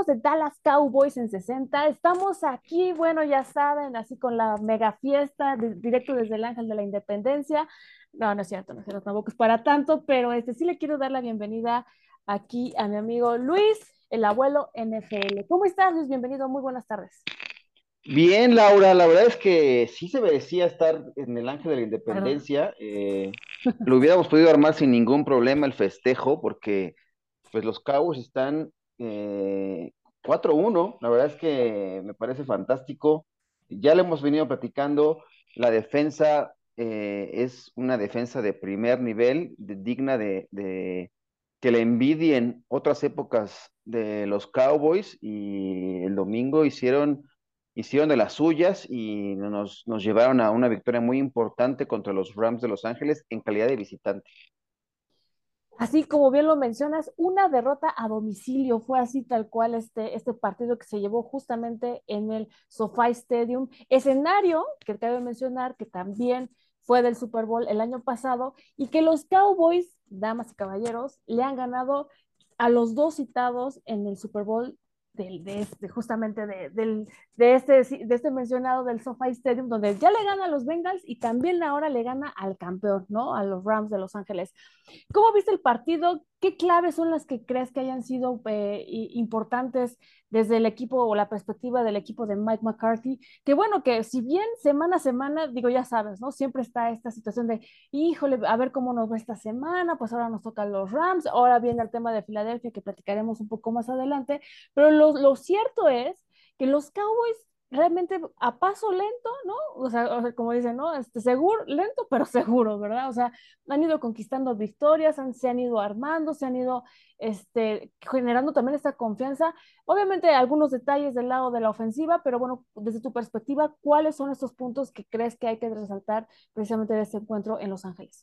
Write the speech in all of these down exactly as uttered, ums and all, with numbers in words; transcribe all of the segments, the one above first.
de Dallas Cowboys en sesenta. Estamos aquí, bueno, ya saben, así con la mega fiesta, de- directo desde el Ángel de la Independencia. No, no es cierto, no es cierto, tampoco es para tanto, pero este sí le quiero dar la bienvenida aquí a mi amigo Luis, el abuelo N F L. ¿Cómo estás, Luis? Bienvenido, muy buenas tardes. Bien, Laura, la verdad es que sí se merecía estar en el Ángel de la ¿Verdad? Independencia. Eh, lo hubiéramos podido armar sin ningún problema el festejo, porque pues los Cowboys están eh, cuatro uno. La verdad es que me parece fantástico. Ya lo hemos venido platicando. La defensa eh, es una defensa de primer nivel, de- digna de, de que le envidien otras épocas de los Cowboys, y el domingo hicieron hicieron de las suyas y nos, nos llevaron a una victoria muy importante contra los Rams de Los Ángeles en calidad de visitante. Así como bien lo mencionas, una derrota a domicilio, fue así tal cual este, este partido que se llevó justamente en el SoFi Stadium, escenario que cabe mencionar que también fue del Super Bowl el año pasado y que los Cowboys, damas y caballeros, le han ganado a los dos citados en el Super Bowl del, de este, justamente de, del, de, este, de este mencionado del SoFi Stadium, donde ya le gana a los Bengals y también ahora le gana al campeón, ¿no? A los Rams de Los Ángeles. ¿Cómo viste el partido? ¿Qué claves son las que crees que hayan sido eh, importantes desde el equipo o la perspectiva del equipo de Mike McCarthy? Que bueno, que si bien semana a semana, digo, ya sabes, ¿no? Siempre está esta situación de, híjole, a ver cómo nos va esta semana, pues ahora nos tocan los Rams, ahora viene el tema de Filadelfia que platicaremos un poco más adelante, pero lo, lo cierto es que los Cowboys realmente a paso lento, ¿no? O sea, o sea, como dicen, ¿no? Este, seguro, lento, pero seguro, ¿verdad? O sea, han ido conquistando victorias, han, se han ido armando, se han ido este, generando también esta confianza. Obviamente algunos detalles del lado de la ofensiva, pero bueno, desde tu perspectiva, ¿cuáles son estos puntos que crees que hay que resaltar precisamente de este encuentro en Los Ángeles?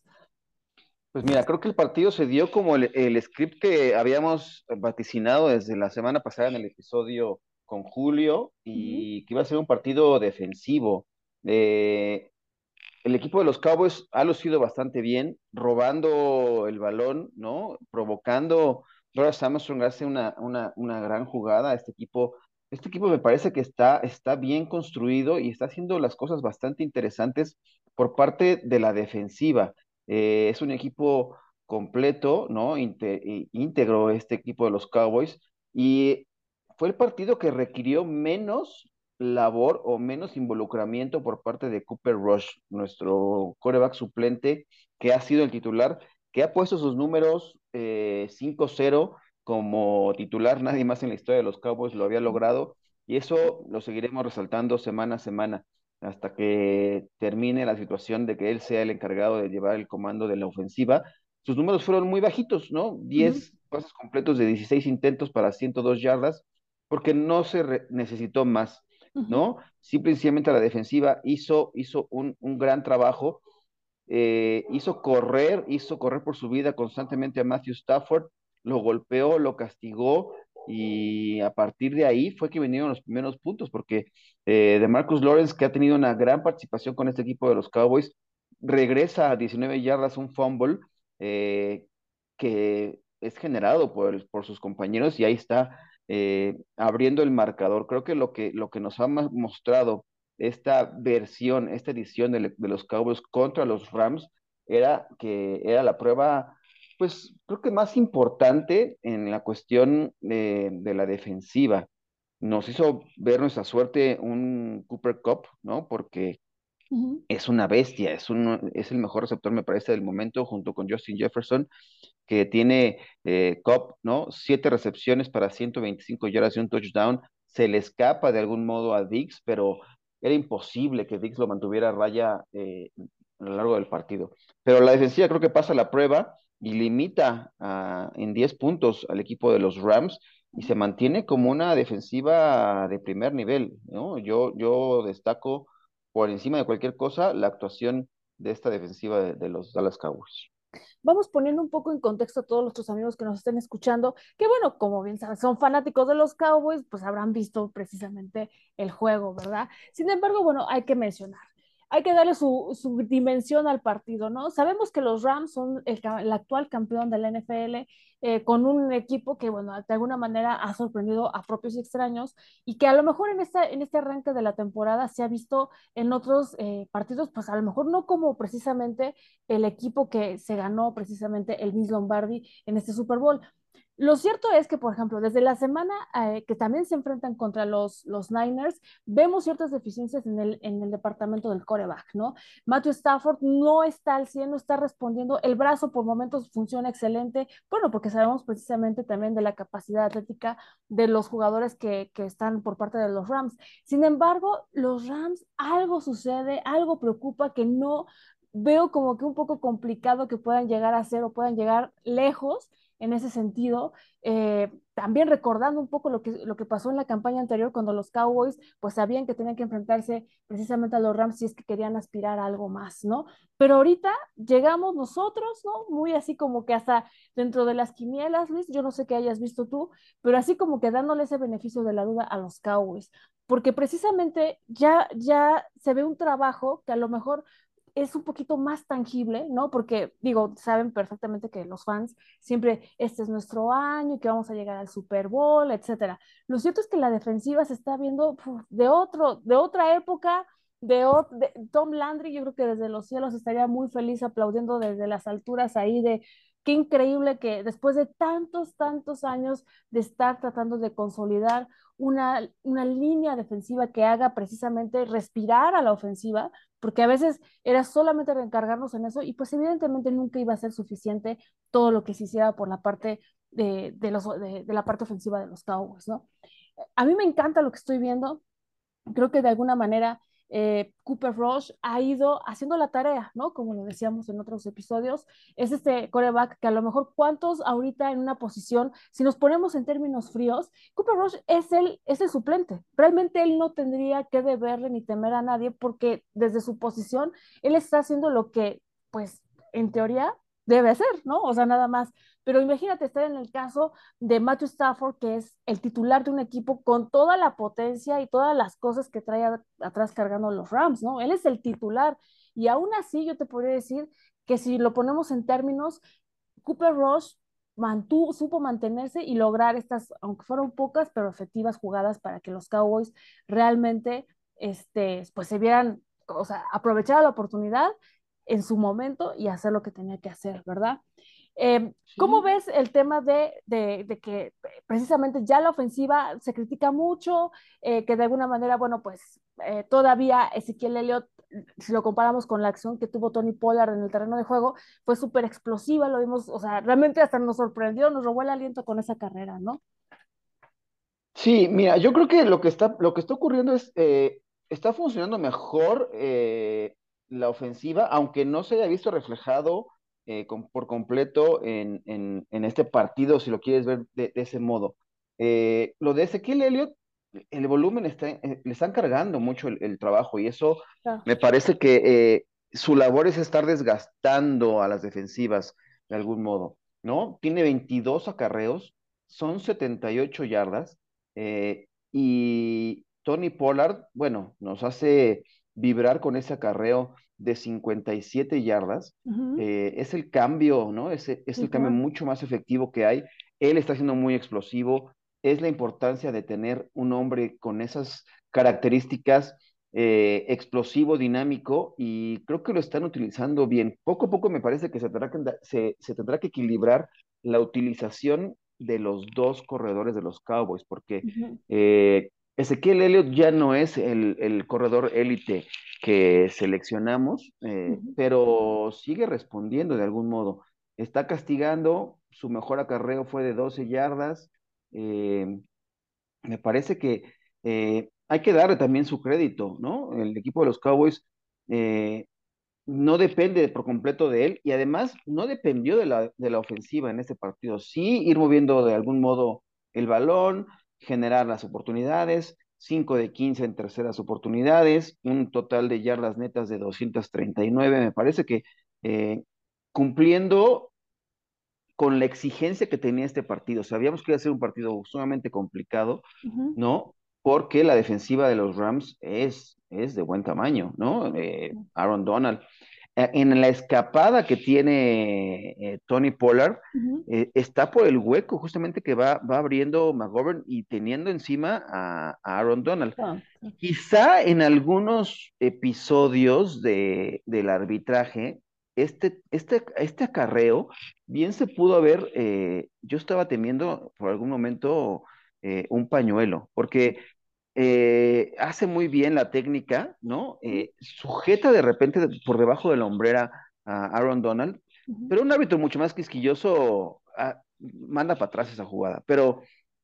Pues mira, creo que el partido se dio como el, el script que habíamos vaticinado desde la semana pasada en el episodio con Julio, Uh -huh. y que iba a ser un partido defensivo. Eh, el equipo de los Cowboys ha lucido bastante bien, robando el balón, ¿no? Provocando. Doras Armstrong hace una, una, una gran jugada. Este equipo, este equipo me parece que está, está bien construido y está haciendo las cosas bastante interesantes por parte de la defensiva. Eh, es un equipo completo, ¿no? Inte- í- íntegro este equipo de los Cowboys. Y fue el partido que requirió menos labor o menos involucramiento por parte de Cooper Rush, nuestro quarterback suplente, que ha sido el titular, que ha puesto sus números eh, cinco cero como titular. Nadie más en la historia de los Cowboys lo había logrado, y eso lo seguiremos resaltando semana a semana hasta que termine la situación de que él sea el encargado de llevar el comando de la ofensiva. Sus números fueron muy bajitos, ¿no? Uh -huh. diez pases completos de dieciséis intentos para ciento dos yardas, porque no se re- necesitó más. Uh -huh. ¿No? Simplemente la defensiva hizo, hizo un, un gran trabajo. Eh, hizo correr, hizo correr por su vida constantemente a Matthew Stafford, lo golpeó, lo castigó, y a partir de ahí fue que vinieron los primeros puntos, porque eh, de Marcus Lawrence, que ha tenido una gran participación con este equipo de los Cowboys, regresa a diecinueve yardas un fumble eh, que es generado por, por sus compañeros, y ahí está eh, abriendo el marcador. Creo que lo que, lo que nos ha mostrado esta versión, esta edición de, de los Cowboys contra los Rams, era que era la prueba, pues creo que más importante en la cuestión de, de la defensiva. Nos hizo ver nuestra suerte un Cooper Cup, ¿no? Porque Uh -huh. es una bestia, es, un, es el mejor receptor, me parece, del momento, junto con Justin Jefferson, que tiene eh, Cobb, ¿no? Siete recepciones para ciento veinticinco yardas y un touchdown. Se le escapa de algún modo a Diggs, pero era imposible que Diggs lo mantuviera a raya eh, a lo largo del partido. Pero la defensiva creo que pasa la prueba y limita a, en diez puntos al equipo de los Rams, y se mantiene como una defensiva de primer nivel, ¿no? Yo, yo destaco por encima de cualquier cosa la actuación de esta defensiva de, de los Dallas Cowboys. Vamos poniendo un poco en contexto a todos nuestros amigos que nos estén escuchando, que bueno, como bien saben, son fanáticos de los Cowboys, pues habrán visto precisamente el juego, ¿verdad? Sin embargo, bueno, hay que mencionar. hay que darle su, su dimensión al partido, ¿no? Sabemos que los Rams son el, el actual campeón de la N F L, eh, con un equipo que, bueno, de alguna manera ha sorprendido a propios y extraños y que a lo mejor en, esta, en este arranque de la temporada se ha visto en otros eh, partidos, pues a lo mejor no como precisamente el equipo que se ganó precisamente el Vince Lombardi en este Super Bowl. Lo cierto es que, por ejemplo, desde la semana eh, que también se enfrentan contra los, los Niners, vemos ciertas deficiencias en el, en el departamento del coreback, ¿no? Matthew Stafford no está al cien, no está respondiendo, el brazo por momentos funciona excelente, bueno, porque sabemos precisamente también de la capacidad atlética de los jugadores que, que están por parte de los Rams. Sin embargo, los Rams, algo sucede, algo preocupa que no veo como que un poco complicado que puedan llegar a ser o puedan llegar lejos en ese sentido, eh, también recordando un poco lo que, lo que pasó en la campaña anterior cuando los Cowboys pues sabían que tenían que enfrentarse precisamente a los Rams si es que querían aspirar a algo más, ¿no? Pero ahorita llegamos nosotros, ¿no? Muy así como que hasta dentro de las quinielas, Luis, yo no sé qué hayas visto tú, pero así como que dándole ese beneficio de la duda a los Cowboys, porque precisamente ya, ya se ve un trabajo que a lo mejor es un poquito más tangible, ¿no? Porque, digo, saben perfectamente que los fans siempre, este es nuestro año y que vamos a llegar al Super Bowl, etcétera. Lo cierto es que la defensiva se está viendo uf, de otro, de otra época, de, de, Tom Landry, yo creo que desde los cielos estaría muy feliz aplaudiendo desde las alturas ahí de qué increíble que después de tantos, tantos años de estar tratando de consolidar una, una línea defensiva que haga precisamente respirar a la ofensiva, porque a veces era solamente reencargarnos en eso y pues evidentemente nunca iba a ser suficiente todo lo que se hiciera por la parte de, de, los, de, de la parte ofensiva de los Cowboys, ¿no? A mí me encanta lo que estoy viendo, creo que de alguna manera eh, Cooper Rush ha ido haciendo la tarea, ¿no? Como lo decíamos en otros episodios, es este coreback que a lo mejor cuántos ahorita en una posición, si nos ponemos en términos fríos, Cooper Rush es el, es el suplente. Realmente él no tendría que deberle ni temer a nadie porque desde su posición él está haciendo lo que, pues, en teoría debe hacer, ¿no? O sea, nada más. Pero imagínate estar en el caso de Matthew Stafford, que es el titular de un equipo con toda la potencia y todas las cosas que trae a, atrás cargando los Rams, ¿no? Él es el titular. Y aún así yo te podría decir que si lo ponemos en términos, Cooper Rush mantuvo, supo mantenerse y lograr estas, aunque fueron pocas, pero efectivas jugadas para que los Cowboys realmente, este, pues se vieran, o sea, aprovechar la oportunidad en su momento y hacer lo que tenía que hacer, ¿verdad? Eh, ¿Cómo Sí, ves el tema de, de, de, que precisamente ya la ofensiva se critica mucho, eh, que de alguna manera, bueno, pues eh, todavía Ezequiel Elliott, si lo comparamos con la acción que tuvo Tony Pollard en el terreno de juego, fue súper explosiva, lo vimos, o sea, realmente hasta nos sorprendió, nos robó el aliento con esa carrera, ¿no? sí, mira, yo creo que lo que está, lo que está ocurriendo es, eh, está funcionando mejor eh, la ofensiva, aunque no se haya visto reflejado eh, con- por completo en, en- en este partido, si lo quieres ver de, de ese modo. Eh, lo de Ezequiel Elliott, el volumen está, eh, le están cargando mucho el, el trabajo y eso Claro. me parece que eh, su labor es estar desgastando a las defensivas de algún modo, ¿no? Tiene veintidós acarreos, son setenta y ocho yardas eh, y Tony Pollard, bueno, nos hace vibrar con ese acarreo de cincuenta y siete yardas. Ujú. Eh, es el cambio, ¿no? Es, es Sí, el cambio claro. mucho más efectivo que hay. Él está siendo muy explosivo. Es la importancia de tener un hombre con esas características, eh, explosivo, dinámico, y creo que lo están utilizando bien. Poco a poco me parece que se tendrá que, se, se tendrá que equilibrar la utilización de los dos corredores de los Cowboys, porque Ujú, eh, Ezequiel Elliott ya no es el, el corredor élite que seleccionamos, eh, ujú. pero sigue respondiendo de algún modo. Está castigando, su mejor acarreo fue de doce yardas. eh, Me parece que eh, hay que darle también su crédito, ¿no? El equipo de los Cowboys eh, no depende por completo de él y además no dependió de la, de la ofensiva en este partido. Sí, ir moviendo de algún modo el balón, generar las oportunidades, cinco de quince en terceras oportunidades, un total de yardas netas de doscientas treinta y nueve. Me parece que eh, cumpliendo con la exigencia que tenía este partido, sabíamos que iba a ser un partido sumamente complicado, Ujú. ¿no? porque la defensiva de los Rams es, es de buen tamaño, ¿no? Eh, Aaron Donald. Eh, En la escapada que tiene eh, Tony Pollard, Ujú. eh, está por el hueco justamente que va, va abriendo McGovern y teniendo encima a, a Aaron Donald. Ah, sí. Quizá en algunos episodios de, del arbitraje, este, este, este acarreo bien se pudo haber, eh, yo estaba temiendo por algún momento eh, un pañuelo, porque eh, hace muy bien la técnica, ¿no? Ujú, Eh, sujeta de repente de- por debajo de la hombrera a Aaron Donald, ujú, pero un árbitro mucho más quisquilloso ah, manda para atrás esa jugada. Pero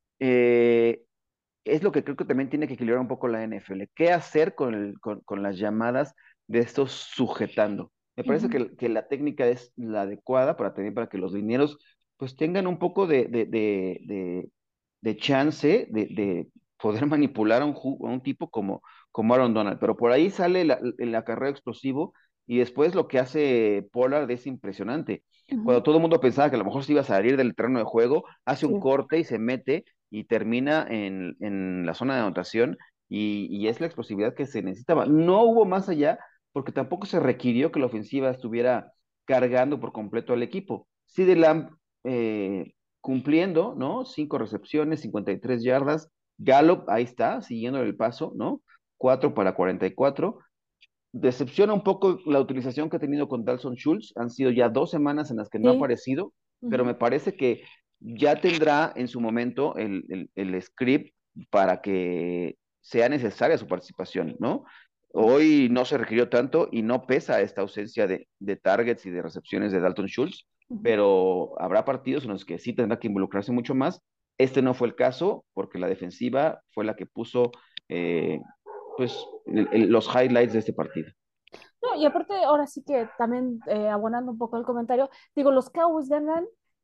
eh, es lo que creo que también tiene que equilibrar un poco la N F L. ¿Qué hacer con, el- con, con las llamadas de estos sujetando? Me parece ujú, que, que la técnica es la adecuada para también para que los linieros pues tengan un poco de, de, de, de- de chance de, de poder manipular a un, ju- a un tipo como, como Aaron Donald. Pero por ahí sale la- el acarreo explosivo y después lo que hace Pollard es impresionante. ujú. Cuando todo el mundo pensaba que a lo mejor se iba a salir del terreno de juego, hace un Sí. corte y se mete y termina en, en la zona de anotación y, y es la explosividad que se necesitaba. No hubo más allá porque tampoco se requirió que la ofensiva estuviera cargando por completo al equipo. CeeDee Lamb eh, cumpliendo, ¿no? Cinco recepciones, cincuenta y tres yardas. Gallup, ahí está, siguiendo el paso, ¿no? Cuatro para cuarenta y cuatro. Decepciona un poco la utilización que ha tenido con Dalton Schultz. Han sido ya dos semanas en las que no ha Sí. aparecido, pero Ujú. me parece que ya tendrá en su momento el, el, el script para que sea necesaria su participación, ¿no? Hoy no se requirió tanto y no pesa esta ausencia de, de targets y de recepciones de Dalton Schultz, Ujú. pero habrá partidos en los que sí tendrá que involucrarse mucho más. Este no fue el caso porque la defensiva fue la que puso eh, pues el- el- los highlights de este partido. No, y aparte, ahora sí que también eh, abonando un poco el comentario, digo, los Cowboys ganan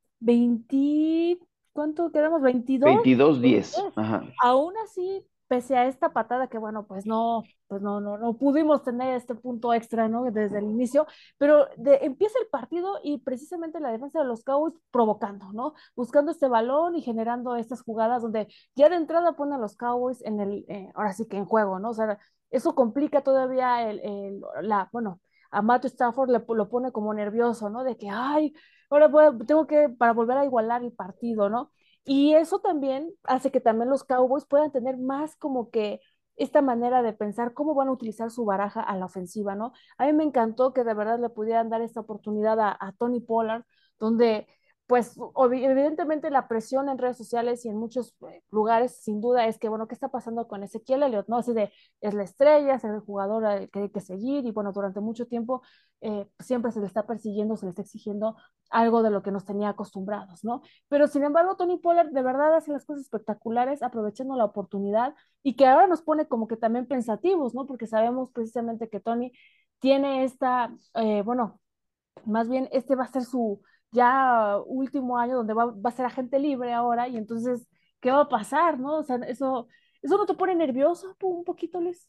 veinte, ¿cuánto quedamos? Veintidós. veintidós diez. veintidós. Ajá. Aún así, pese a esta patada que, bueno, pues no, pues no, no, no pudimos tener este punto extra, ¿no? Desde el inicio, pero de, empieza el partido y precisamente la defensa de los Cowboys provocando, ¿no? Buscando este balón y generando estas jugadas donde ya de entrada ponen a los Cowboys en el, eh, ahora sí que en juego, ¿no? O sea, eso complica todavía el, el- la, bueno, a Matthew Stafford le, lo pone como nervioso, ¿no? De que, ay, ahora voy a- tengo que, para volver a igualar el partido, ¿no? Y eso también hace que también los Cowboys puedan tener más como que esta manera de pensar cómo van a utilizar su baraja a la ofensiva, ¿no? A mí me encantó que de verdad le pudieran dar esta oportunidad a, a Tony Pollard, donde pues evidentemente la presión en redes sociales y en muchos eh, lugares sin duda es que, bueno, ¿qué está pasando con Ezequiel Elliott? ¿No? Así de, es la estrella, es el jugador al que hay que seguir y bueno, durante mucho tiempo eh, siempre se le está persiguiendo, se le está exigiendo algo de lo que nos tenía acostumbrados, ¿no? Pero sin embargo, Tony Pollard de verdad hace las cosas espectaculares, aprovechando la oportunidad y que ahora nos pone como que también pensativos, ¿no? Porque sabemos precisamente que Tony tiene esta, eh, bueno, más bien este va a ser su ya último año donde va, va a ser agente libre ahora y entonces, ¿qué va a pasar, no? O sea, eso, eso no te pone nervioso un poquito, Liz.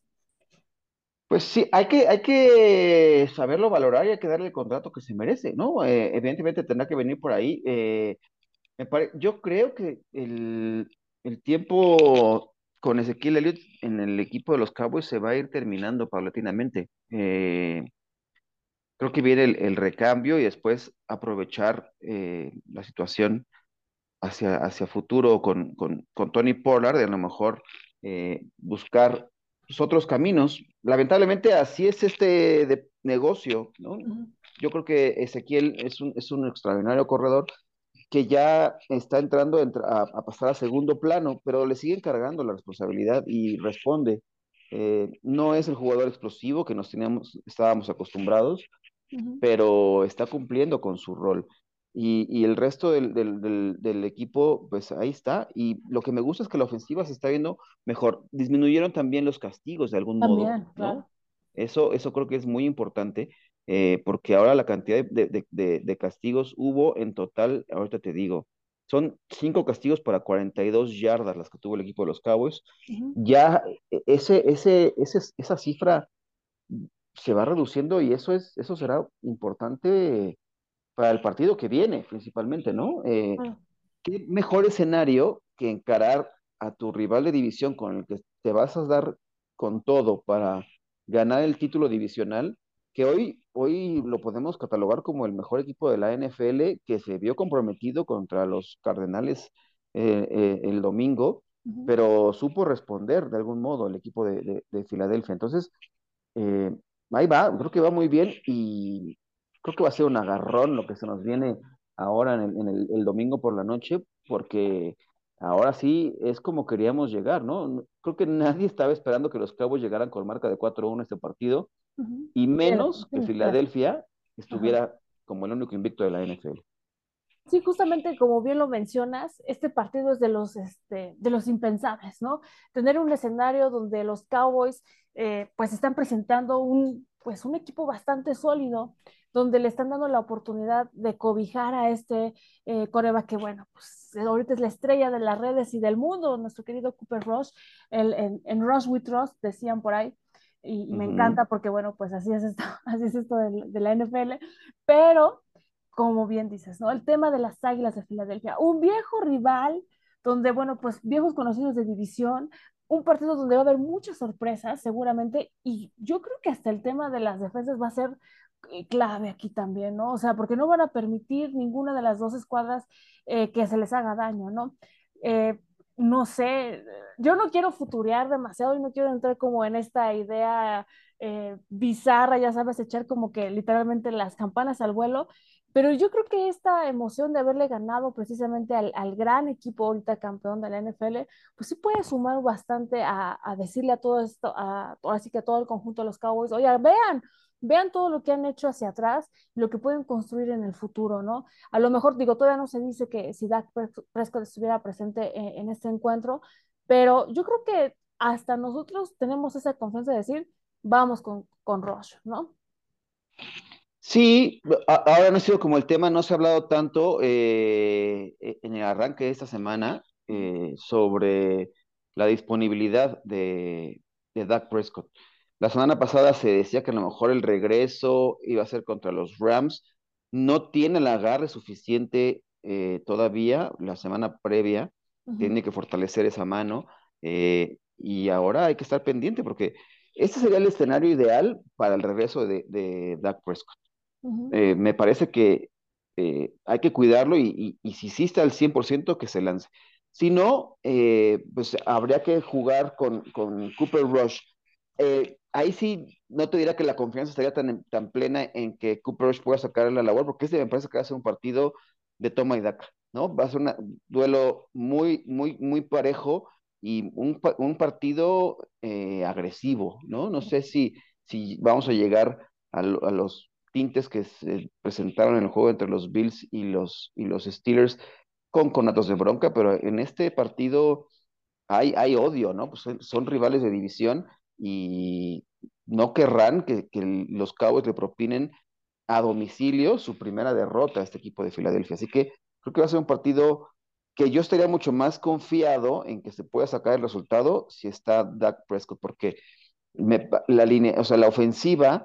Pues sí, hay que, hay que saberlo valorar y hay que darle el contrato que se merece, ¿no? Eh, evidentemente tendrá que venir por ahí. Eh, me pare- yo creo que el, el tiempo con Ezequiel Elliott en el equipo de los Cowboys se va a ir terminando paulatinamente. Eh, creo que viene el, el recambio y después aprovechar eh, la situación hacia, hacia futuro con, con, con Tony Pollard, de a lo mejor eh, buscar pues, otros caminos. Lamentablemente así es este de negocio, ¿no? Ujú. Yo creo que Ezequiel es un, es un extraordinario corredor que ya está entrando entra- a, a pasar a segundo plano, pero le siguen cargando la responsabilidad y responde. Eh, no es el jugador explosivo que nos teníamos, estábamos acostumbrados, Ujú. pero está cumpliendo con su rol. Y, y el resto del, del, del, del equipo, pues ahí está. Y lo que me gusta es que la ofensiva se está viendo mejor. Disminuyeron también los castigos de algún modo, También, claro. ¿no? Eso, eso creo que es muy importante, eh, porque ahora la cantidad de, de, de, de castigos hubo en total, ahorita te digo, son cinco castigos para cuarenta y dos yardas las que tuvo el equipo de los Cowboys. Ujú. Ya eh, ese, ese, ese, esa cifra se va reduciendo y eso es, eso será importante para el partido que viene, principalmente, ¿no? Eh, Ah, ¿qué mejor escenario que encarar a tu rival de división con el que te vas a dar con todo para ganar el título divisional, que hoy, hoy lo podemos catalogar como el mejor equipo de la N F L, que se vio comprometido contra los Cardenales eh, eh, el domingo, Ujú. pero supo responder de algún modo el equipo de, de, de Filadelfia. Entonces, eh, ahí va, creo que va muy bien y creo que va a ser un agarrón lo que se nos viene ahora en el, en el, el domingo por la noche, porque ahora sí es como queríamos llegar, ¿no? No- Creo que nadie estaba esperando que los Cowboys llegaran con marca de cuatro uno este partido, Ujú. y Sí, en menos que en Filadelfia. Filadelfia Ajá. estuviera como el único invicto de la N F L. Sí, justamente como bien lo mencionas, este partido es de los, este, de los impensables, ¿no? Tener un escenario donde los Cowboys eh, pues están presentando un, pues un equipo bastante sólido, donde le están dando la oportunidad de cobijar a este eh, coreback que, bueno, pues ahorita es la estrella de las redes y del mundo, nuestro querido Cooper Rush, el, en, en Rush We Trust, decían por ahí, y, y me Ujú. encanta porque, bueno, pues así es esto, así es esto de, de la N F L, pero como bien dices, ¿no? El tema de las Águilas de Filadelfia, un viejo rival donde, bueno, pues viejos conocidos de división, un partido donde va a haber muchas sorpresas seguramente y yo creo que hasta el tema de las defensas va a ser eh, clave aquí también, ¿no? O sea, porque no van a permitir ninguna de las dos escuadras eh, que se les haga daño, ¿no? Eh, no sé, yo no quiero futurear demasiado y no quiero entrar como en esta idea eh, bizarra, ya sabes, echar como que literalmente las campanas al vuelo, pero yo creo que esta emoción de haberle ganado precisamente al, al gran equipo ahorita campeón de la N F L, pues sí puede sumar bastante a, a decirle a todo esto, a, ahora sí que a todo el conjunto de los Cowboys, oye, vean, vean todo lo que han hecho hacia atrás, lo que pueden construir en el futuro, ¿no? A lo mejor, digo, todavía no se dice que si Dak Prescott estuviera presente en, en este encuentro, pero yo creo que hasta nosotros tenemos esa confianza de decir, vamos con, con Rush, ¿no? Sí, a- ahora no ha sido como el tema, no se ha hablado tanto eh, e- en el arranque de esta semana eh, sobre la disponibilidad de, de Dak Prescott. La semana pasada se decía que a lo mejor el regreso iba a ser contra los Rams. No tiene el agarre suficiente eh, todavía, la semana previa, Ujú, tiene que fortalecer esa mano eh, y ahora hay que estar pendiente porque este sería el escenario ideal para el regreso de, de Dak Prescott. ujú. Eh, me parece que eh, hay que cuidarlo y, y- y si sí está al cien por ciento que se lance. Si no, eh, pues habría que jugar con, con Cooper Rush. Eh, ahí sí, no te dirá que la confianza estaría tan, tan plena en que Cooper Rush pueda sacar la labor, porque este me parece que va a ser un partido de toma y daca, ¿no? Va a ser un duelo muy, muy, muy parejo y un, pa- un partido eh, agresivo, ¿no? No sé si, si vamos a llegar a, lo- a los tintes que se presentaron en el juego entre los Bills y los, y los Steelers con conatos de bronca, pero en este partido hay, hay odio, ¿no? Pues son, son rivales de división y no querrán que, que el- los Cowboys le propinen a domicilio su primera derrota a este equipo de Filadelfia. Así que creo que va a ser un partido que yo estaría mucho más confiado en que se pueda sacar el resultado si está Dak Prescott, porque me, la línea, o sea, la ofensiva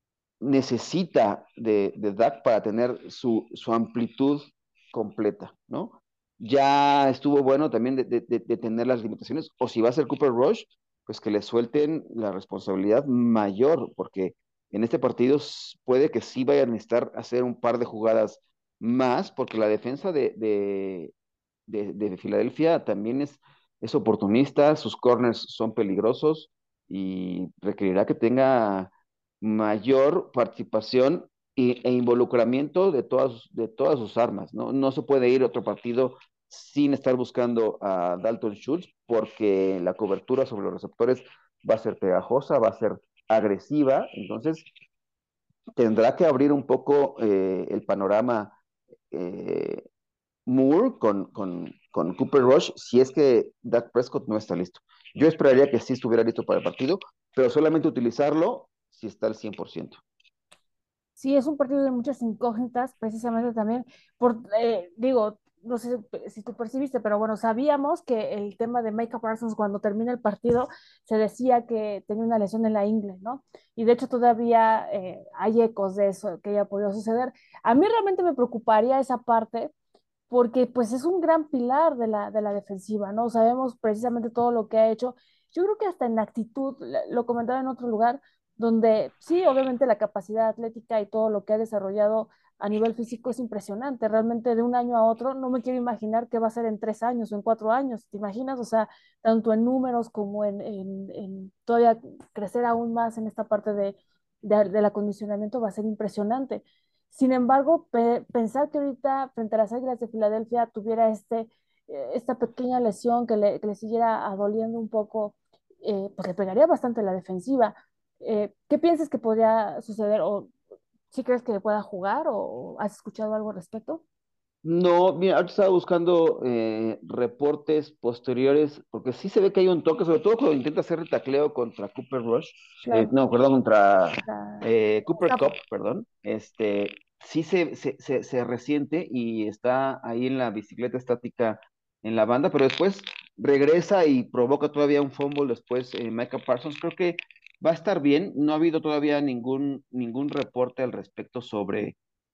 necesita de, de Dak para tener su, su amplitud completa, ¿no? Ya estuvo bueno también de, de, de, tener las limitaciones, o si va a ser Cooper Rush, pues que le suelten la responsabilidad mayor, porque en este partido puede que sí vayan a necesitar hacer un par de jugadas más, porque la defensa de, de, de, de Filadelfia también es, es oportunista, sus corners son peligrosos y requerirá que tenga mayor participación y, e involucramiento de todas, de todas sus armas, ¿no? No se puede ir a otro partido sin estar buscando a Dalton Schultz porque la cobertura sobre los receptores va a ser pegajosa, va a ser agresiva, entonces tendrá que abrir un poco eh, el panorama eh, Moore con, con, con Cooper Rush si es que Dak Prescott no está listo. Yo esperaría que sí estuviera listo para el partido, pero solamente utilizarlo si está al cien por ciento. Sí, es un partido de muchas incógnitas, precisamente también por, eh, digo, no sé si tú percibiste, pero bueno, sabíamos que el tema de Micah Parsons cuando termina el partido se decía que tenía una lesión en la ingle, ¿no? Y de hecho todavía eh, hay ecos de eso que haya podido suceder. A mí realmente me preocuparía esa parte porque pues es un gran pilar de la, de la defensiva, ¿no? Sabemos precisamente todo lo que ha hecho. yo creo que hasta en la actitud, lo comentaba en otro lugar, donde sí, obviamente la capacidad atlética y todo lo que ha desarrollado a nivel físico es impresionante. Realmente de un año a otro no me quiero imaginar qué va a ser en tres años o en cuatro años. ¿Te imaginas? O sea, tanto en números como en, en, en todavía crecer aún más en esta parte de, de, del acondicionamiento va a ser impresionante. Sin embargo, pe pensar que ahorita frente a las Águilas de Filadelfia tuviera este, eh, esta pequeña lesión que le, que le siguiera doliendo un poco, eh, pues le pegaría bastante la defensiva. Eh, ¿qué piensas que podría suceder? ¿O si crees que pueda jugar o has escuchado algo al respecto? No, mira, ahorita estaba buscando eh, reportes posteriores, porque sí se ve que hay un toque, sobre todo cuando intenta hacer el tacleo contra Cooper Rush, eh, Claro, no, perdón, contra la, eh, Cooper Cup, capo. perdón, este, sí se, se, se, se resiente y está ahí en la bicicleta estática en la banda, pero después regresa y provoca todavía un fumble después eh, Micah Parsons. Creo que va a estar bien, no ha habido todavía ningún, ningún reporte al respecto sobre,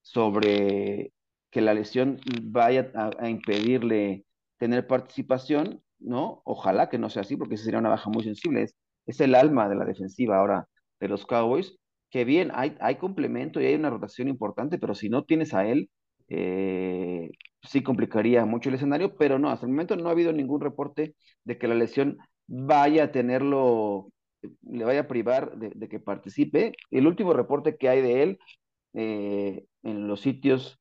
sobre que la lesión vaya a, a impedirle tener participación, ¿no? Ojalá que no sea así, porque esa sería una baja muy sensible. Es, es el alma de la defensiva ahora de los Cowboys. Que bien, hay, hay complemento y hay una rotación importante, pero si no tienes a él, eh, sí complicaría mucho el escenario, pero no, hasta el momento no ha habido ningún reporte de que la lesión vaya a tenerlo, le vaya a privar de, de que participe. El último reporte que hay de él eh, en los sitios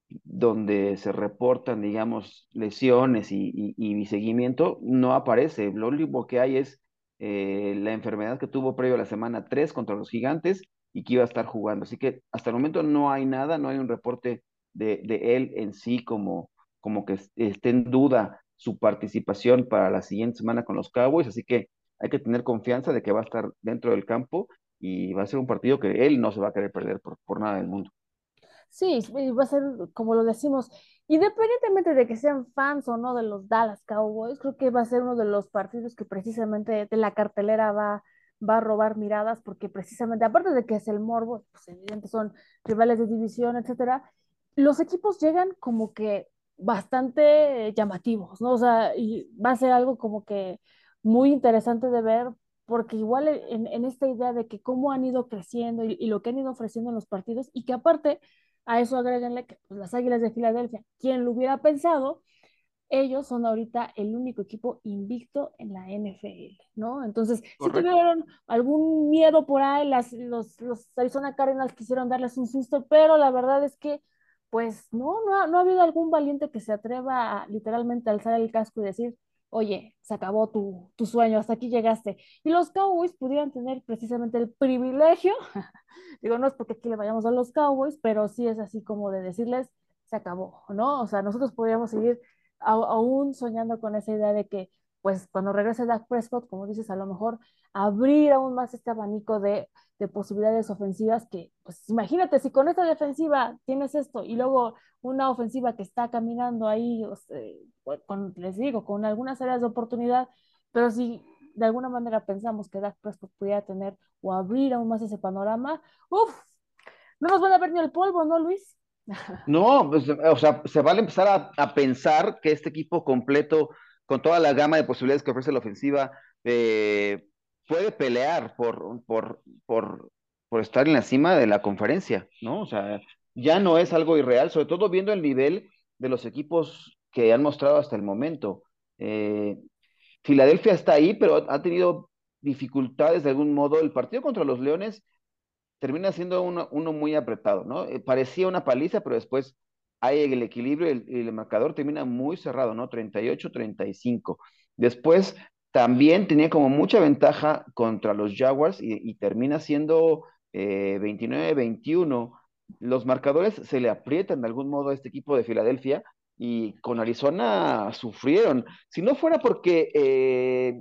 donde se reportan, digamos, lesiones y, y, y seguimiento, no aparece. Lo único que hay es eh, la enfermedad que tuvo previo a la semana tres contra los Gigantes y que iba a estar jugando. Así que hasta el momento no hay nada, no hay un reporte de, de él en sí como, como que esté en duda su participación para la siguiente semana con los Cowboys. Así que hay que tener confianza de que va a estar dentro del campo y va a ser un partido que él no se va a querer perder por, por nada del mundo. Sí, y va a ser como lo decimos, independientemente de que sean fans o no de los Dallas Cowboys, creo que va a ser uno de los partidos que precisamente de la cartelera va, va a robar miradas, porque precisamente, aparte de que es el morbo, pues evidente son rivales de división, etcétera, los equipos llegan como que bastante llamativos, ¿no? O sea, y va a ser algo como que muy interesante de ver, porque igual en, en esta idea de que cómo han ido creciendo y, y lo que han ido ofreciendo en los partidos, y que aparte a eso agréguenle que pues, las Águilas de Filadelfia, quien lo hubiera pensado, ellos son ahorita el único equipo invicto en la N F L, ¿no? Entonces, si Correcto. tuvieron algún miedo por ahí, las, los, los Arizona Cardinals quisieron darles un susto, pero la verdad es que, pues, no, no ha, no ha habido algún valiente que se atreva a literalmente alzar el casco y decir, oye, se acabó tu, tu sueño, hasta aquí llegaste. Y los Cowboys pudieran tener precisamente el privilegio, digo, no es porque aquí le vayamos a los Cowboys, pero sí es así como de decirles, se acabó, ¿no? O sea, nosotros podríamos seguir a- aún soñando con esa idea de que, pues, cuando regrese Dak Prescott, como dices, a lo mejor abrir aún más este abanico de, de posibilidades ofensivas que, pues, imagínate, si con esta defensiva tienes esto y luego una ofensiva que está caminando ahí, o sea, pues, con, les digo, con algunas áreas de oportunidad, pero si de alguna manera pensamos que Dak Prescott pudiera tener o abrir aún más ese panorama, uff, no nos van a ver ni el polvo, ¿no, Luis? No, pues, o sea, se vale empezar a, a pensar que este equipo completo, con toda la gama de posibilidades que ofrece la ofensiva, eh, puede pelear por, por, por, por estar en la cima de la conferencia, ¿no? O sea, ya no es algo irreal, sobre todo viendo el nivel de los equipos que han mostrado hasta el momento. Eh, Filadelfia está ahí, pero ha tenido dificultades de algún modo. El partido contra los Leones termina siendo uno, uno muy apretado, ¿no? Eh, parecía una paliza, pero después hay el equilibrio y el, y el marcador termina muy cerrado, ¿no? Treinta y ocho treinta y cinco. Después también tenía como mucha ventaja contra los Jaguars y, y termina siendo eh, veintinueve veintiuno. Los marcadores se le aprietan de algún modo a este equipo de Filadelfia y con Arizona sufrieron. Si no fuera porque eh,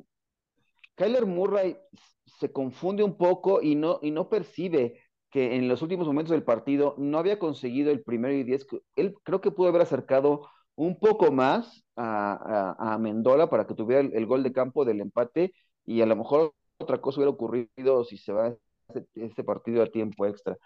Kyler Murray se confunde un poco y no, y no percibe que en los últimos momentos del partido no había conseguido el primero y diez. Él creo que pudo haber acercado un poco más a, a, a Mendola para que tuviera el, el, gol de campo del empate y a lo mejor otra cosa hubiera ocurrido si se va este, este partido a tiempo extra.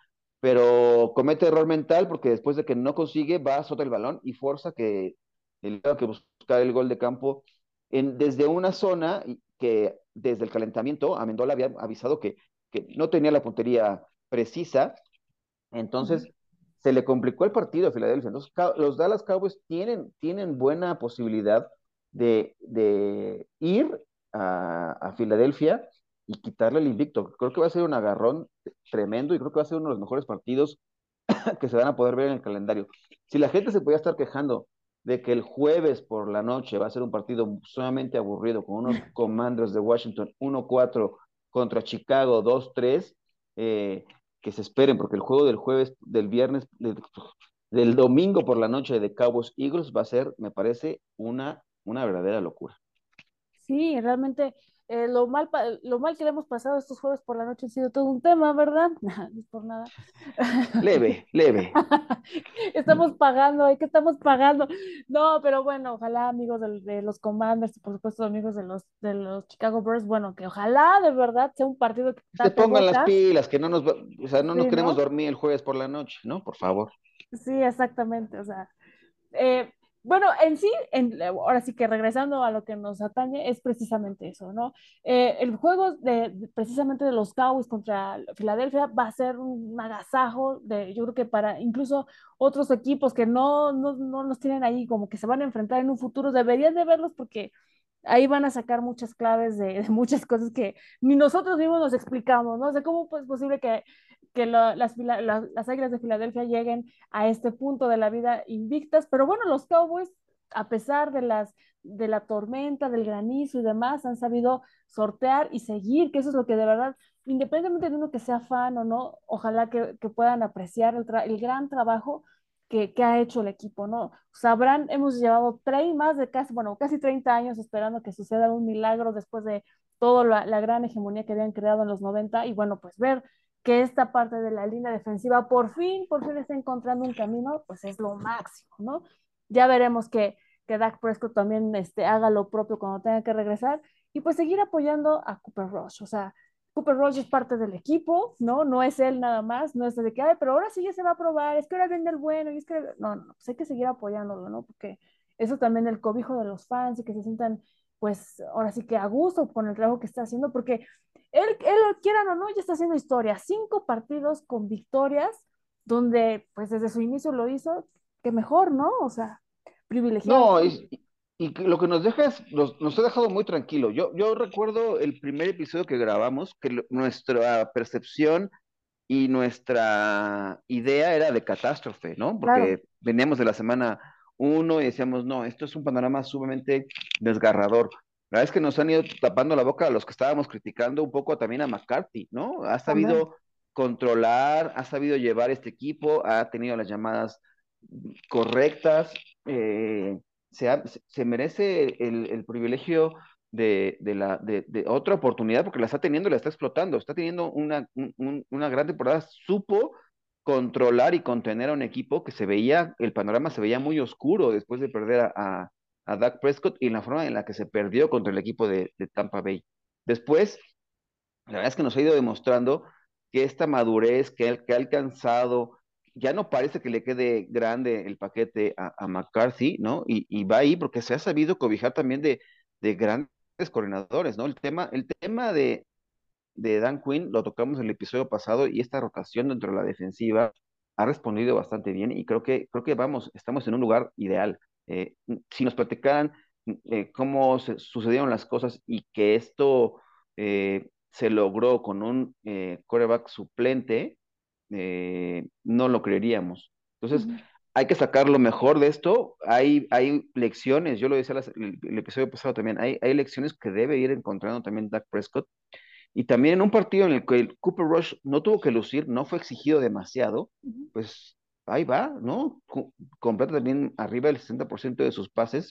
Pero comete error mental porque después de que no consigue, va, azota el balón y forza que el que buscar el gol de campo en, desde una zona que desde el calentamiento Amendola había avisado que, que no tenía la puntería precisa, Ujú. entonces se le complicó el partido a Filadelfia. Entonces los Dallas Cowboys tienen, tienen buena posibilidad de, de ir a, a Filadelfia y quitarle el invicto. Creo que va a ser un agarrón tremendo y creo que va a ser uno de los mejores partidos que se van a poder ver en el calendario. Si la gente se podía estar quejando de que el jueves por la noche va a ser un partido sumamente aburrido con unos Commanders de Washington uno cuatro contra Chicago dos tres, eh, que se esperen porque el juego del jueves, del viernes, del, del domingo por la noche de Cowboys Eagles va a ser, me parece, una, una verdadera locura. Sí, realmente eh, lo mal, pa- lo mal que le hemos pasado estos jueves por la noche ha sido todo un tema, ¿verdad? No es por nada. Leve, leve. Estamos pagando, ¿eh? ¿Qué estamos pagando? No, pero bueno, ojalá amigos del- de, los Commanders y por supuesto amigos de los, de los Chicago Bears, bueno, que ojalá de verdad sea un partido que Se tape pongan las bocas, pilas, que no nos, va- o sea, no nos sí, queremos ¿no? dormir el jueves por la noche, ¿no? Por favor. Sí, exactamente, o sea, eh, bueno, en sí, en- ahora sí que regresando a lo que nos atañe, es precisamente eso, ¿no? Eh, el juego de, de- precisamente de los Cowboys contra Filadelfia va a ser un agasajo de, yo creo que para incluso otros equipos que no, no, no los tienen ahí, como que se van a enfrentar en un futuro, deberían de verlos porque ahí van a sacar muchas claves de, de muchas cosas que ni nosotros mismos nos explicamos, ¿no? O sea, ¿cómo es posible que, que lo- las, fila- la- las Águilas de Filadelfia lleguen a este punto de la vida invictas? Pero bueno, los Cowboys, a pesar de las de la tormenta, del granizo y demás, han sabido sortear y seguir, que eso es lo que de verdad, independientemente de uno que sea fan o no, ojalá que, que puedan apreciar el, tra- el gran trabajo que, que ha hecho el equipo, ¿no? Sabrán, hemos llevado tres, más de casi, bueno, casi treinta años esperando que suceda un milagro después de toda la, la gran hegemonía que habían creado en los noventa y bueno, pues ver que esta parte de la línea defensiva por fin, por fin está encontrando un camino, pues es lo máximo, ¿no? Ya veremos que, que Dak Prescott también este, haga lo propio cuando tenga que regresar y pues seguir apoyando a Cooper Rush, o sea, Cooper Rush es parte del equipo, ¿no? No es él nada más, no es de que, ay, pero ahora sí ya se va a probar, es que ahora viene el bueno, y es que, no, no, pues hay que seguir apoyándolo, ¿no? Porque eso también el cobijo de los fans y que se sientan, pues, ahora sí que a gusto con el trabajo que está haciendo, porque él, él quieran o no, ya está haciendo historia, cinco partidos con victorias, donde, pues, desde su inicio lo hizo, que mejor, ¿no? O sea, privilegiado. No, y, y que lo que nos deja es, nos, nos ha dejado muy tranquilo. Yo, yo recuerdo el primer episodio que grabamos, que lo- nuestra percepción y nuestra idea era de catástrofe, ¿no? Claro. Porque veníamos de la semana uno y decíamos, no, esto es un panorama sumamente desgarrador. La verdad es que nos han ido tapando la boca a los que estábamos criticando un poco también a McCarthy, ¿no? Ha También. sabido controlar, ha sabido llevar este equipo, ha tenido las llamadas correctas, eh, se, ha- se- se merece el, el privilegio de, de la, de, de otra oportunidad porque la está teniendo y la está explotando. Está teniendo una, un- un- una gran temporada. Supo controlar y contener a un equipo que se veía, el panorama se veía muy oscuro después de perder a, a, a Dak Prescott y la forma en la que se perdió contra el equipo de, de Tampa Bay. Después, la verdad es que nos ha ido demostrando que esta madurez que, ha- que ha alcanzado, ya no parece que le quede grande el paquete a, a McCarthy, ¿no? Y, y va ahí porque se ha sabido cobijar también de, de grandes coordinadores, ¿no? El tema, el tema de, de Dan Quinn lo tocamos en el episodio pasado y esta rotación dentro de la defensiva ha respondido bastante bien y creo que, creo que vamos, estamos en un lugar ideal. Eh, si nos platicaran eh, cómo se, sucedieron las cosas y que esto eh, se logró con un eh, quarterback suplente, eh, no lo creeríamos. Entonces, Ujú, hay que sacar lo mejor de esto. Hay, hay lecciones, yo lo decía las- el, el episodio pasado también, hay, hay lecciones que debe ir encontrando también Dak Prescott y también en un partido en el que el Cooper Rush no tuvo que lucir, no fue exigido demasiado, ujú. pues ahí va, ¿no? Cu- Completa también arriba del sesenta por ciento de sus pases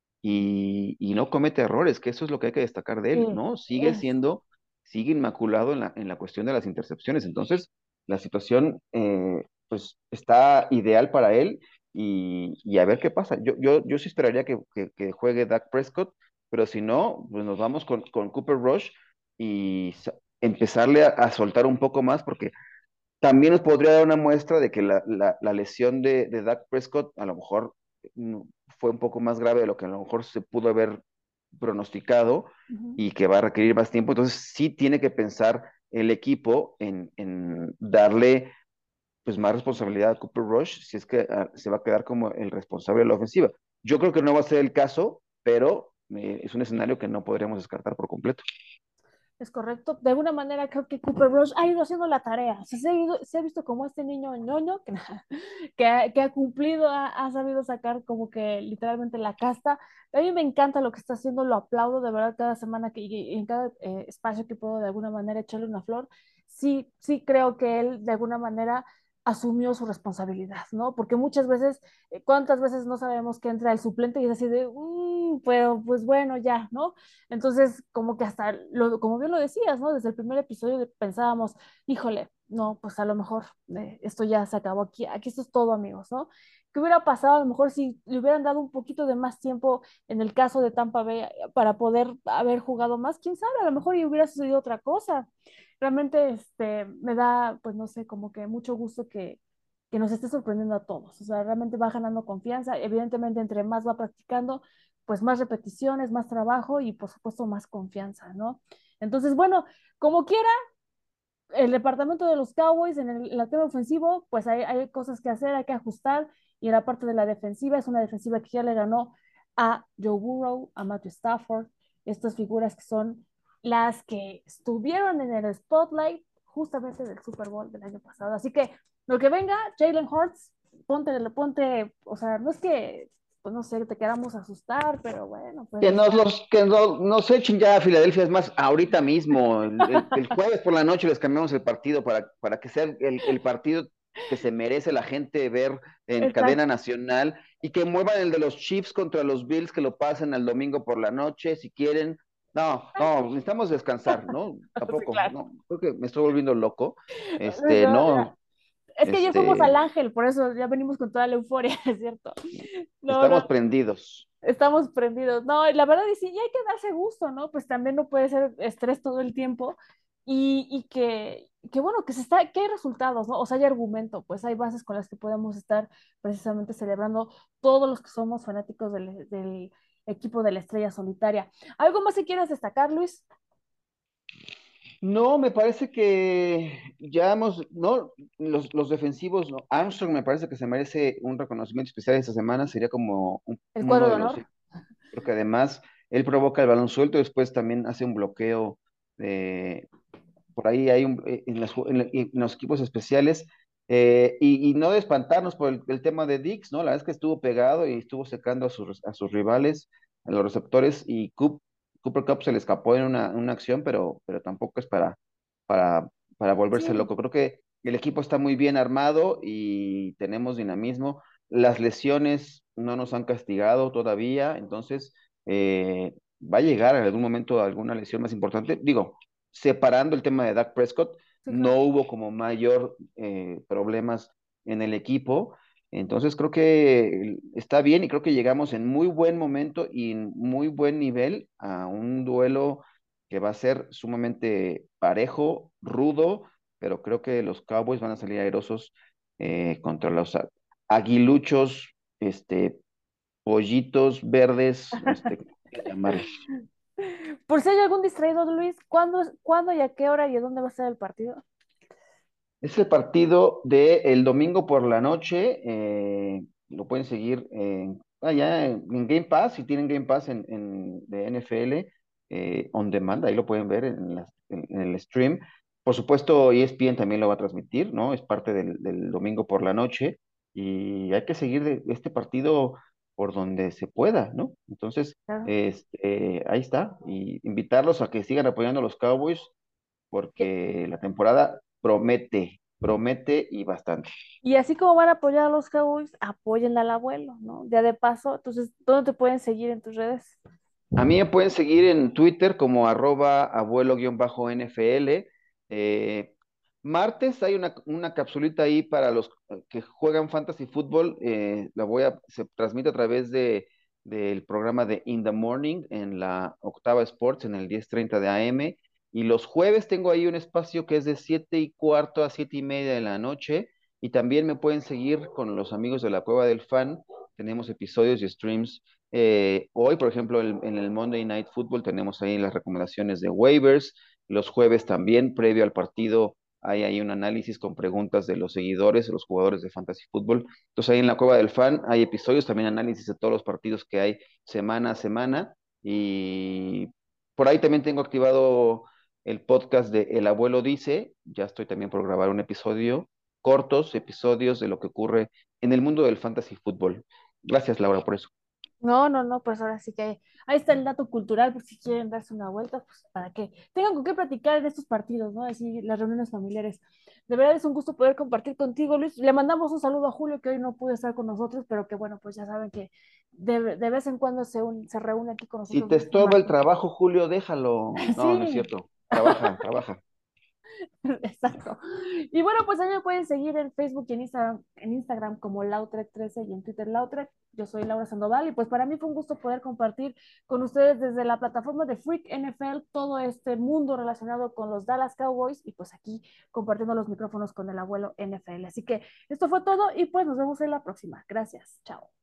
y, y no comete errores, que eso es lo que hay que destacar de Sí, él, ¿no? Sigue es. siendo, sigue inmaculado en la, en la cuestión de las intercepciones. Entonces, la situación, eh, pues, está ideal para él y, y a ver qué pasa. Yo, yo, yo sí esperaría que, que, que juegue Dak Prescott, pero si no, pues nos vamos con, con Cooper Rush y sa- empezarle a, a soltar un poco más, porque también nos podría dar una muestra de que la, la, la lesión de, de Dak Prescott a lo mejor mm, fue un poco más grave de lo que a lo mejor se pudo haber pronosticado Ujú. y que va a requerir más tiempo. Entonces sí tiene que pensar el equipo en, en darle pues más responsabilidad a Cooper Rush si es que ah, se va a quedar como el responsable de la ofensiva. Yo creo que no va a ser el caso, pero eh, es un escenario que no podríamos descartar por completo. Es correcto. De alguna manera creo que Cooper Rush ha ido haciendo la tarea. O sea, se ha, ido- se ha visto como este niño ñoño que, que, ha, que ha cumplido, ha, ha sabido sacar como que literalmente la casta. A mí me encanta lo que está haciendo, lo aplaudo de verdad cada semana que y en cada eh, espacio que puedo de alguna manera echarle una flor. Sí, sí creo que él de alguna manera asumió su responsabilidad, ¿no? Porque muchas veces, eh, ¿cuántas veces no sabemos que entra el suplente y es así de, "Mm, pero pues bueno, ya, ¿no? Entonces, como que hasta, lo, como bien lo decías, ¿no? Desde el primer episodio pensábamos, híjole, no, pues a lo mejor eh, esto ya se acabó aquí, aquí esto es todo, amigos, ¿no? ¿Qué hubiera pasado a lo mejor si le hubieran dado un poquito de más tiempo en el caso de Tampa Bay eh, para poder haber jugado más? ¿Quién sabe? A lo mejor y hubiera sucedido otra cosa. Realmente, este, me da, pues no sé, como que mucho gusto que, que nos esté sorprendiendo a todos. O sea, realmente va ganando confianza. Evidentemente, entre más va practicando, pues más repeticiones, más trabajo y por supuesto más confianza, ¿no? Entonces, bueno, como quiera, el departamento de los Cowboys en el, en el tema ofensivo, pues hay, hay cosas que hacer, hay que ajustar, y en la parte de la defensiva, es una defensiva que ya le ganó a Joe Burrow, a Matthew Stafford, estas figuras que son las que estuvieron en el spotlight justamente del Super Bowl del año pasado. Así que lo que venga, Jalen Hurts, ponte, ponte, o sea, no es que, pues no sé, te queramos asustar, pero bueno, pues Que o nos sea, los, que no, nos echen ya a Filadelfia, es más, ahorita mismo, el, el- el jueves por la noche les cambiamos el partido para, para que sea el, el partido que se merece la gente ver en cadena exacto, nacional y que muevan el de los Chiefs contra los Bills, que lo pasen al domingo por la noche, si quieren. No, no, necesitamos descansar, ¿no? sí, Tampoco, claro. no, creo que me estoy volviendo loco. Este, no, Es que ya fuimos al este, ángel, por eso ya venimos con toda la euforia, es cierto. No, no, estamos prendidos. estamos prendidos. No, la verdad es sí, y hay que darse gusto, ¿no? Pues también no puede ser estrés todo el tiempo y, y que, que, bueno, que se está, que hay resultados, ¿no? O sea, hay argumento, pues hay bases con las que podemos estar precisamente celebrando todos los que somos fanáticos del, del equipo de la estrella solitaria. ¿Algo más que quieras destacar, Luis? No, me parece que ya hemos, no, los, los defensivos, no. Armstrong me parece que se merece un reconocimiento especial esta semana, sería como un- El cuadro uno de de los, honor. porque además él provoca el balón suelto, después también hace un bloqueo, de, por ahí hay un, eh, en, las ju- en la- en los equipos especiales, eh, y, y no de espantarnos por el, el tema de Dix, ¿no? La verdad es que estuvo pegado y estuvo secando a sus, a sus rivales, a los receptores, y Coop- Cooper Cup se le escapó en una, una acción, pero, pero tampoco es para, para, para volverse Sí, loco. Creo que el equipo está muy bien armado y tenemos dinamismo. Las lesiones no nos han castigado todavía, entonces eh, va a llegar en algún momento alguna lesión más importante. Digo, separando el tema de Dak Prescott, sí, no claro. hubo como mayor eh, problemas en el equipo. Entonces creo que está bien y creo que llegamos en muy buen momento y en muy buen nivel a un duelo que va a ser sumamente parejo, rudo, pero creo que los Cowboys van a salir airosos eh, contra los a- aguiluchos, este, pollitos verdes, este, ¿cómo quieran llamarlos? Por si hay algún distraído, Luis, ¿cuándo, ¿cuándo y a qué hora y a dónde va a ser el partido? Es el partido del domingo por la noche. Eh, lo pueden seguir en, allá en, en Game Pass, si tienen Game Pass en, en- de N F L eh, on demand, ahí lo pueden ver en, las- en- en el stream. Por supuesto, E S P N también lo va a transmitir, ¿no? Es parte del, del domingo por la noche y hay que seguir de- este partido por donde se pueda, ¿no? Entonces, Claro. este, ahí está. Y invitarlos a que sigan apoyando a los Cowboys Y, porque la temporada promete, promete y bastante. y así como van a apoyar a los Cowboys, apoyen al abuelo, ¿no? Ya de paso, entonces, ¿dónde te pueden seguir en tus redes? A mí me pueden seguir en Twitter como arroba abuelo-N F L. Eh, martes hay una, una capsulita ahí para los que juegan fantasy fútbol. Eh, la voy a, se transmite a través de, del programa de In the Morning en la Octava Sports en el diez treinta de A M. Y los jueves tengo ahí un espacio que es de siete y cuarto a siete y media de la noche. Y también me pueden seguir con los amigos de la Cueva del Fan tenemos episodios y streams. Eh, hoy, por ejemplo, el- en el Monday Night Football tenemos ahí las recomendaciones de waivers. Los jueves también, previo al partido, hay ahí un análisis con preguntas de los seguidores, de los jugadores de Fantasy Football. Entonces ahí en la Cueva del Fan hay episodios, también análisis de todos los partidos que hay semana a semana. Y por ahí también tengo activado el podcast de El Abuelo Dice. Ya estoy también por grabar un episodio, cortos episodios de lo que ocurre en el mundo del fantasy fútbol. Gracias, Laura, por eso. No, no, no, pues ahora sí que ahí está el dato cultural, por si quieren darse una vuelta, pues para que tengan con qué platicar en estos partidos, ¿no? Así las reuniones familiares. De verdad es un gusto poder compartir contigo, Luis. Le mandamos un saludo a Julio, que hoy no pudo estar con nosotros, pero que bueno, pues ya saben que de, de vez en cuando se, un- se reúne aquí con Si nosotros te de forma estorba el regular. trabajo, Julio, déjalo. No, no es Sí, cierto. Trabaja, trabaja. exacto. Y bueno, pues a mí me pueden seguir en Facebook y en Instagram, en Instagram como Lautrec trece y en Twitter Lautrec. Yo soy Laura Sandoval y pues para mí fue un gusto poder compartir con ustedes desde la plataforma de Freak N F L todo este mundo relacionado con los Dallas Cowboys y pues aquí compartiendo los micrófonos con el abuelo N F L. Así que esto fue todo y pues nos vemos en la próxima. Gracias. Chao.